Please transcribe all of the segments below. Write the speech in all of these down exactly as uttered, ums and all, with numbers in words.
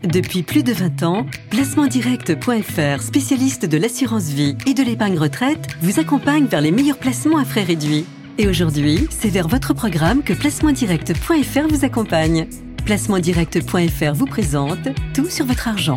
Depuis plus de vingt ans, placement direct point f r, spécialiste de l'assurance vie et de l'épargne retraite, vous accompagne vers les meilleurs placements à frais réduits. Et aujourd'hui, c'est vers votre programme que placement direct point f r vous accompagne. placement direct point f r vous présente tout sur votre argent.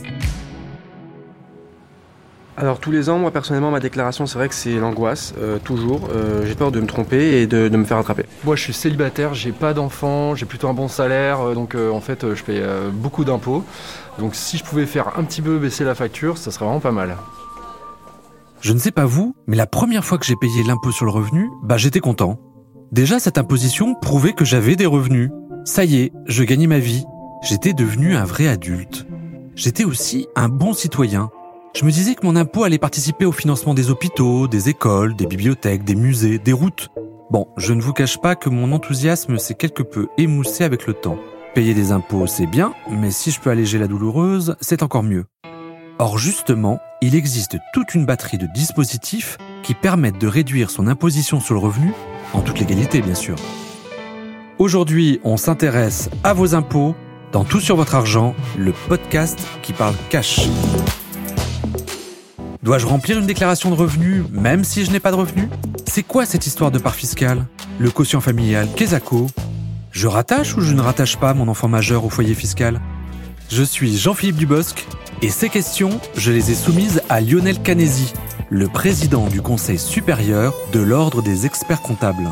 Alors tous les ans, moi personnellement, ma déclaration, c'est vrai que c'est l'angoisse, euh, toujours. Euh, j'ai peur de me tromper et de, de me faire attraper. Moi je suis célibataire, j'ai pas d'enfants, j'ai plutôt un bon salaire, euh, donc euh, en fait euh, je paye euh, beaucoup d'impôts. Donc si je pouvais faire un petit peu baisser la facture, ça serait vraiment pas mal. Je ne sais pas vous, mais la première fois que j'ai payé l'impôt sur le revenu, bah j'étais content. Déjà cette imposition prouvait que j'avais des revenus. Ça y est, je gagnais ma vie. J'étais devenu un vrai adulte. J'étais aussi un bon citoyen. Je me disais que mon impôt allait participer au financement des hôpitaux, des écoles, des bibliothèques, des musées, des routes. Bon, je ne vous cache pas que mon enthousiasme s'est quelque peu émoussé avec le temps. Payer des impôts, c'est bien, mais si je peux alléger la douloureuse, c'est encore mieux. Or justement, il existe toute une batterie de dispositifs qui permettent de réduire son imposition sur le revenu, en toute légalité bien sûr. Aujourd'hui, on s'intéresse à vos impôts dans Tout sur votre argent, le podcast qui parle cash. Dois-je remplir une déclaration de revenus, même si je n'ai pas de revenus ? C'est quoi cette histoire de part fiscale ? Le quotient familial, qu'est-ce que ça ? Je rattache ou je ne rattache pas mon enfant majeur au foyer fiscal ? Je suis Jean-Philippe Dubosc, et ces questions, je les ai soumises à Lionel Canesi, le président du Conseil supérieur de l'Ordre des experts comptables.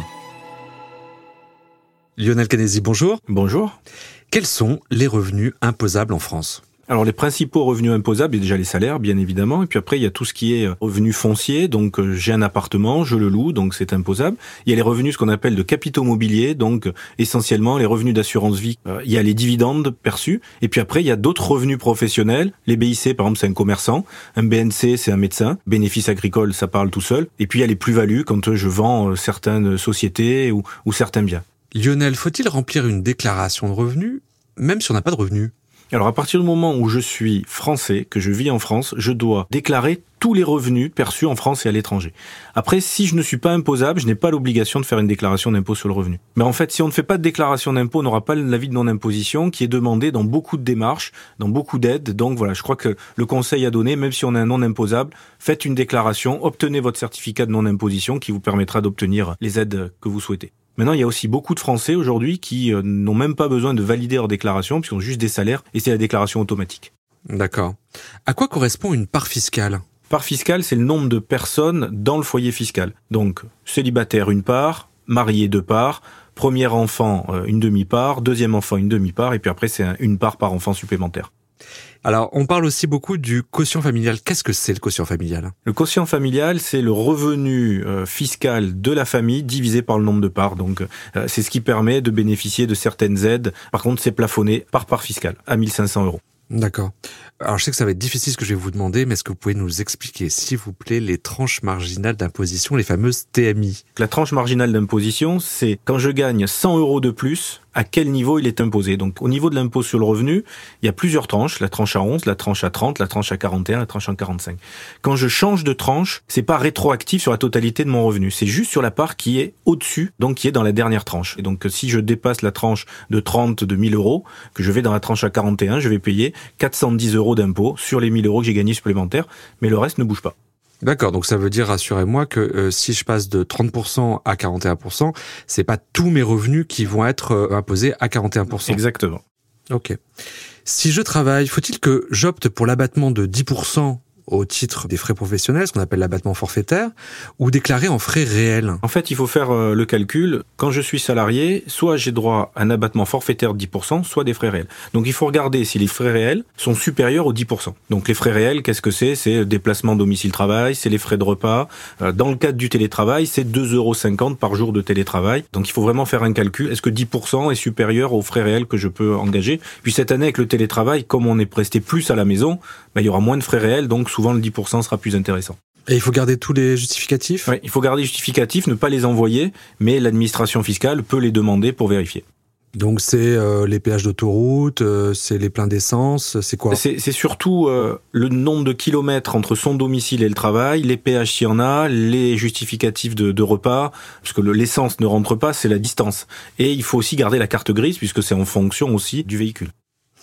Lionel Canesi, bonjour. Bonjour. Quels sont les revenus imposables en France ? Alors les principaux revenus imposables, il y a déjà les salaires bien évidemment, et puis après il y a tout ce qui est revenus fonciers, donc euh, j'ai un appartement, je le loue, donc c'est imposable. Il y a les revenus ce qu'on appelle de capitaux mobiliers, donc euh, essentiellement les revenus d'assurance vie. Euh, il y a les dividendes perçus, et puis après il y a d'autres revenus professionnels. Les B I C par exemple c'est un commerçant, un B N C c'est un médecin, bénéfices agricoles ça parle tout seul, et puis il y a les plus-values quand euh, je vends euh, certaines sociétés ou, ou certains biens. Lionel, faut-il remplir une déclaration de revenus, même si on n'a pas de revenus ? Alors à partir du moment où je suis français, que je vis en France, je dois déclarer tous les revenus perçus en France et à l'étranger. Après, si je ne suis pas imposable, je n'ai pas l'obligation de faire une déclaration d'impôt sur le revenu. Mais en fait, si on ne fait pas de déclaration d'impôt, on n'aura pas l'avis de non-imposition qui est demandé dans beaucoup de démarches, dans beaucoup d'aides. Donc voilà, je crois que le conseil à donner, même si on est un non-imposable, faites une déclaration, obtenez votre certificat de non-imposition qui vous permettra d'obtenir les aides que vous souhaitez. Maintenant, il y a aussi beaucoup de Français aujourd'hui qui euh, n'ont même pas besoin de valider leur déclaration puisqu'ils ont juste des salaires et c'est la déclaration automatique. D'accord. À quoi correspond une part fiscale ? Part fiscale, c'est le nombre de personnes dans le foyer fiscal. Donc, célibataire, une part, marié, deux parts, premier enfant, euh, une demi-part, deuxième enfant, une demi-part, et puis après, c'est un, une part par enfant supplémentaire. Alors, on parle aussi beaucoup du quotient familial. Qu'est-ce que c'est le quotient familial ? Le quotient familial, c'est le revenu euh, fiscal de la famille divisé par le nombre de parts. Donc, euh, c'est ce qui permet de bénéficier de certaines aides. Par contre, c'est plafonné par part fiscale à mille cinq cents euros. D'accord. Alors, je sais que ça va être difficile ce que je vais vous demander, mais est-ce que vous pouvez nous expliquer, s'il vous plaît, les tranches marginales d'imposition, les fameuses T M I ? La tranche marginale d'imposition, c'est quand je gagne cent euros de plus, à quel niveau il est imposé. Donc, au niveau de l'impôt sur le revenu, il y a plusieurs tranches. La tranche à onze, la tranche à trente, la tranche à quarante et un, la tranche à quarante-cinq. Quand je change de tranche, c'est pas rétroactif sur la totalité de mon revenu. C'est juste sur la part qui est au-dessus, donc qui est dans la dernière tranche. Et donc, si je dépasse la tranche de trente de mille euros, que je vais dans la tranche à quarante et un, je vais payer quatre cent dix euros d'impôt sur les mille euros que j'ai gagnés supplémentaires, mais le reste ne bouge pas. D'accord, donc ça veut dire, rassurez-moi, que euh, si je passe de trente pour cent à quarante et un pour cent, c'est pas tous mes revenus qui vont être euh, imposés à quarante et un pour cent. Exactement. Ok. Si je travaille, faut-il que j'opte pour l'abattement de dix pour cent au titre des frais professionnels, ce qu'on appelle l'abattement forfaitaire, ou déclarer en frais réels ? En fait, il faut faire euh, le calcul. Quand je suis salarié, soit j'ai droit à un abattement forfaitaire de dix pour cent, soit des frais réels. Donc il faut regarder si les frais réels sont supérieurs aux dix pour cent. Donc les frais réels, qu'est-ce que c'est ? C'est déplacement domicile-travail, c'est les frais de repas. Euh, dans le cadre du télétravail, c'est deux euros cinquante par jour de télétravail. Donc il faut vraiment faire un calcul. Est-ce que dix pour cent est supérieur aux frais réels que je peux engager ? Puis cette année, avec le télétravail, comme on est resté plus à la maison, bah, il y aura moins de frais réels, donc souvent le dix pour cent sera plus intéressant. Et il faut garder tous les justificatifs ? Oui, il faut garder les justificatifs, ne pas les envoyer, mais l'administration fiscale peut les demander pour vérifier. Donc c'est euh, les péages d'autoroute, euh, c'est les pleins d'essence, c'est quoi ? C'est, c'est surtout euh, le nombre de kilomètres entre son domicile et le travail, les péages s'il y en a, les justificatifs de, de repas, parce que le, l'essence ne rentre pas, c'est la distance. Et il faut aussi garder la carte grise, puisque c'est en fonction aussi du véhicule.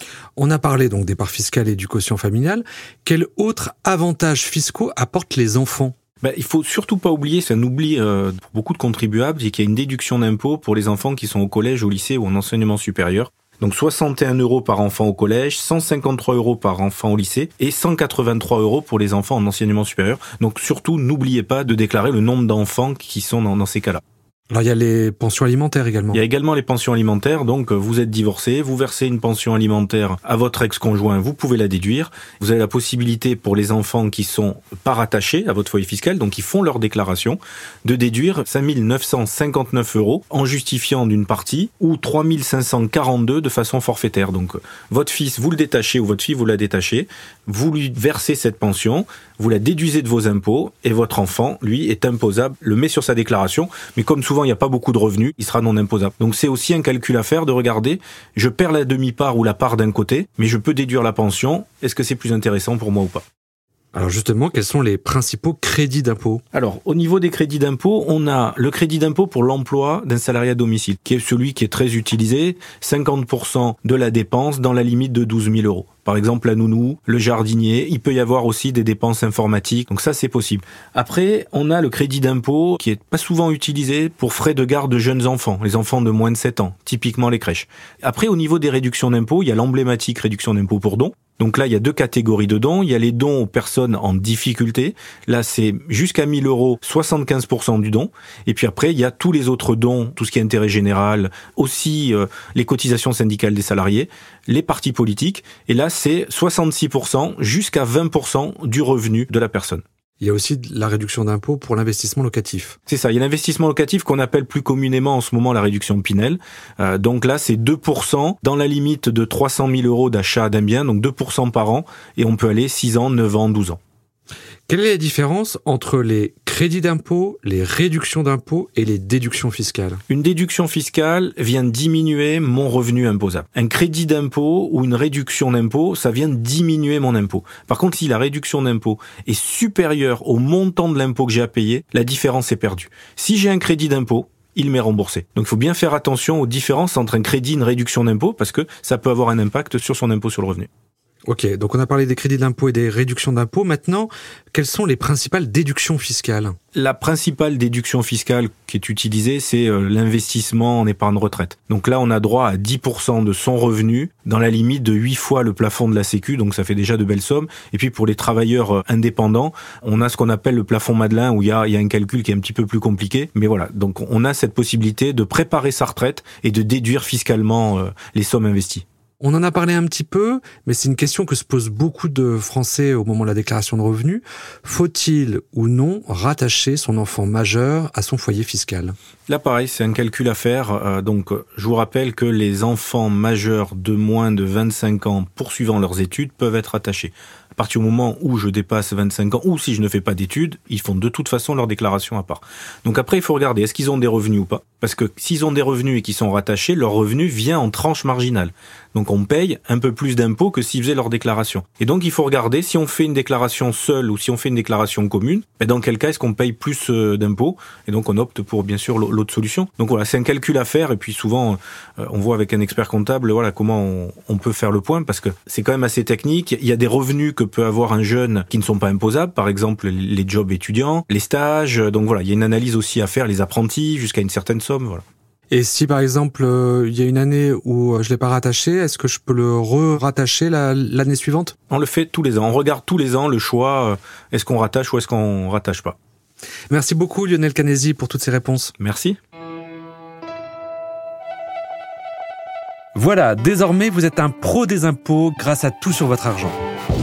On a parlé donc des parts fiscales et du quotient familial. Quels autres avantages fiscaux apportent les enfants ? Ben, il faut surtout pas oublier, c'est un oubli euh, pour beaucoup de contribuables, c'est qu'il y a une déduction d'impôt pour les enfants qui sont au collège, au lycée ou en enseignement supérieur. Donc soixante et un euros par enfant au collège, cent cinquante-trois euros par enfant au lycée et cent quatre-vingt-trois euros pour les enfants en enseignement supérieur. Donc surtout, n'oubliez pas de déclarer le nombre d'enfants qui sont dans, dans ces cas-là. Alors il y a les pensions alimentaires également. Il y a également les pensions alimentaires, donc vous êtes divorcé, vous versez une pension alimentaire à votre ex-conjoint, vous pouvez la déduire. Vous avez la possibilité pour les enfants qui sont pas rattachés à votre foyer fiscal, donc qui font leur déclaration, de déduire cinq mille neuf cent cinquante-neuf euros en justifiant d'une partie ou trois mille cinq cent quarante-deux de façon forfaitaire. Donc votre fils, vous le détachez ou votre fille, vous la détachez, vous lui versez cette pension, vous la déduisez de vos impôts et votre enfant, lui, est imposable, le met sur sa déclaration, mais comme souvent il n'y a pas beaucoup de revenus, il sera non imposable. Donc c'est aussi un calcul à faire de regarder, je perds la demi-part ou la part d'un côté, mais je peux déduire la pension, est-ce que c'est plus intéressant pour moi ou pas ? Alors justement, quels sont les principaux crédits d'impôt ? Alors, au niveau des crédits d'impôt, on a le crédit d'impôt pour l'emploi d'un salarié à domicile, qui est celui qui est très utilisé, cinquante pour cent de la dépense dans la limite de douze mille euros. Par exemple, la nounou, le jardinier, il peut y avoir aussi des dépenses informatiques, donc ça c'est possible. Après, on a le crédit d'impôt qui est pas souvent utilisé pour frais de garde de jeunes enfants, les enfants de moins de sept ans, typiquement les crèches. Après, au niveau des réductions d'impôt, il y a l'emblématique réduction d'impôt pour dons. Donc là, il y a deux catégories de dons. Il y a les dons aux personnes en difficulté. Là, c'est jusqu'à mille euros, soixante-quinze pour cent du don. Et puis après, il y a tous les autres dons, tout ce qui est intérêt général, aussi euh, les cotisations syndicales des salariés, les partis politiques. Et là, c'est soixante-six pour cent jusqu'à vingt pour cent du revenu de la personne. Il y a aussi la réduction d'impôt pour l'investissement locatif. C'est ça, il y a l'investissement locatif qu'on appelle plus communément en ce moment la réduction Pinel. Euh, donc là, c'est deux pour cent dans la limite de trois cent mille euros d'achat d'un bien, donc deux pour cent par an, et on peut aller six ans, neuf ans, douze ans. Quelle est la différence entre les crédits d'impôt, les réductions d'impôt et les déductions fiscales ? Une déduction fiscale vient diminuer mon revenu imposable. Un crédit d'impôt ou une réduction d'impôt, ça vient diminuer mon impôt. Par contre, si la réduction d'impôt est supérieure au montant de l'impôt que j'ai à payer, la différence est perdue. Si j'ai un crédit d'impôt, il m'est remboursé. Donc il faut bien faire attention aux différences entre un crédit et une réduction d'impôt parce que ça peut avoir un impact sur son impôt sur le revenu. Ok, donc on a parlé des crédits d'impôt et des réductions d'impôt. Maintenant, quelles sont les principales déductions fiscales ? La principale déduction fiscale qui est utilisée, c'est l'investissement en épargne retraite. Donc là, on a droit à dix pour cent de son revenu dans la limite de huit fois le plafond de la Sécu, donc ça fait déjà de belles sommes. Et puis pour les travailleurs indépendants, on a ce qu'on appelle le plafond Madelin, où il y a, il y a un calcul qui est un petit peu plus compliqué. Mais voilà, donc on a cette possibilité de préparer sa retraite et de déduire fiscalement les sommes investies. On en a parlé un petit peu, mais c'est une question que se posent beaucoup de Français au moment de la déclaration de revenus. Faut-il ou non rattacher son enfant majeur à son foyer fiscal ? Là, pareil, c'est un calcul à faire. Euh, donc, je vous rappelle que les enfants majeurs de moins de vingt-cinq ans poursuivant leurs études peuvent être attachés. À partir du moment où je dépasse vingt-cinq ans, ou si je ne fais pas d'études, ils font de toute façon leur déclaration à part. Donc après, il faut regarder, est-ce qu'ils ont des revenus ou pas ? Parce que s'ils ont des revenus et qu'ils sont rattachés, leur revenu vient en tranche marginale. Donc on paye un peu plus d'impôts que s'ils faisaient leur déclaration. Et donc il faut regarder si on fait une déclaration seule ou si on fait une déclaration commune, ben dans quel cas est-ce qu'on paye plus d'impôts ? Et donc on opte pour bien sûr l'autre solution. Donc voilà, c'est un calcul à faire et puis souvent euh, on voit avec un expert comptable voilà comment on, on peut faire le point parce que c'est quand même assez technique. Il y a des revenus que peut avoir un jeune qui ne sont pas imposables, par exemple les jobs étudiants, les stages. Donc voilà, il y a une analyse aussi à faire, les apprentis jusqu'à une certaine somme. Voilà. Et si par exemple euh, il y a une année où je l'ai pas rattaché, est-ce que je peux le re-rattacher la, l'année suivante ? On le fait tous les ans. On regarde tous les ans le choix. Euh, est-ce qu'on rattache ou est-ce qu'on rattache pas ? Merci beaucoup Lionel Canesi pour toutes ces réponses. Merci. Voilà, désormais vous êtes un pro des impôts grâce à Tout sur votre argent.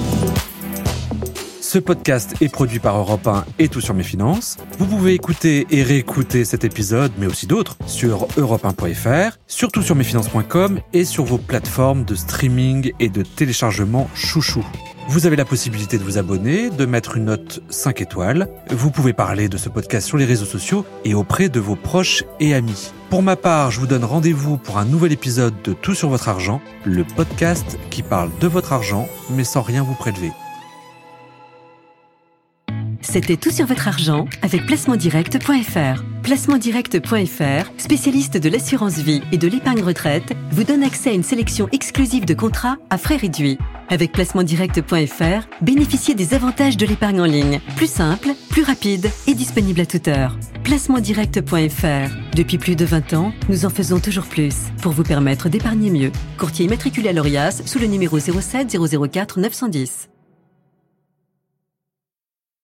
Ce podcast est produit par Europe un et Tout sur mes finances. Vous pouvez écouter et réécouter cet épisode, mais aussi d'autres, sur europe un point f r, sur tout sur mes finances point com et sur vos plateformes de streaming et de téléchargement chouchou. Vous avez la possibilité de vous abonner, de mettre une note cinq étoiles. Vous pouvez parler de ce podcast sur les réseaux sociaux et auprès de vos proches et amis. Pour ma part, je vous donne rendez-vous pour un nouvel épisode de Tout sur votre argent, le podcast qui parle de votre argent, mais sans rien vous prélever. C'était tout sur votre argent avec placement direct point f r. placement direct point f r, spécialiste de l'assurance vie et de l'épargne retraite, vous donne accès à une sélection exclusive de contrats à frais réduits. Avec placement direct point f r, bénéficiez des avantages de l'épargne en ligne. Plus simple, plus rapide et disponible à toute heure. placement direct point f r. Depuis plus de vingt ans, nous en faisons toujours plus pour vous permettre d'épargner mieux. Courtier immatriculé à l'Orias sous le numéro zéro sept zéro zéro quatre neuf cent dix.